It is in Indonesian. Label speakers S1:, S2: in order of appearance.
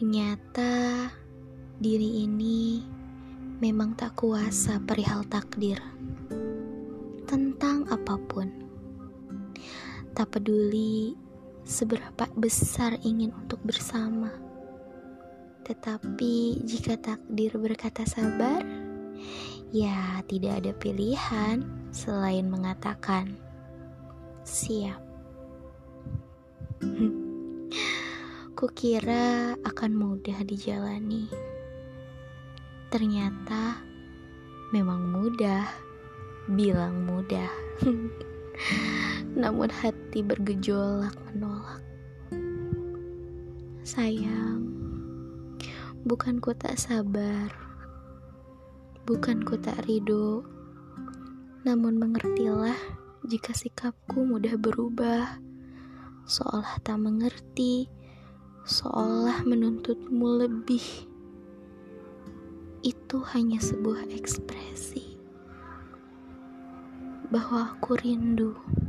S1: Ternyata diri ini memang tak kuasa perihal takdir. Tentang apapun, tak peduli seberapa besar ingin untuk bersama. Tetapi jika takdir berkata sabar, ya tidak ada pilihan selain mengatakan siap. Kukira akan mudah dijalani. Ternyata memang mudah, bilang mudah. Namun hati bergejolak menolak. Sayang, bukan ku tak sabar, bukan ku tak ridho, namun mengertilah jika sikapku mudah berubah, seolah tak mengerti, seolah menuntutmu lebih. Itu hanya sebuah ekspresi bahwa aku rindu.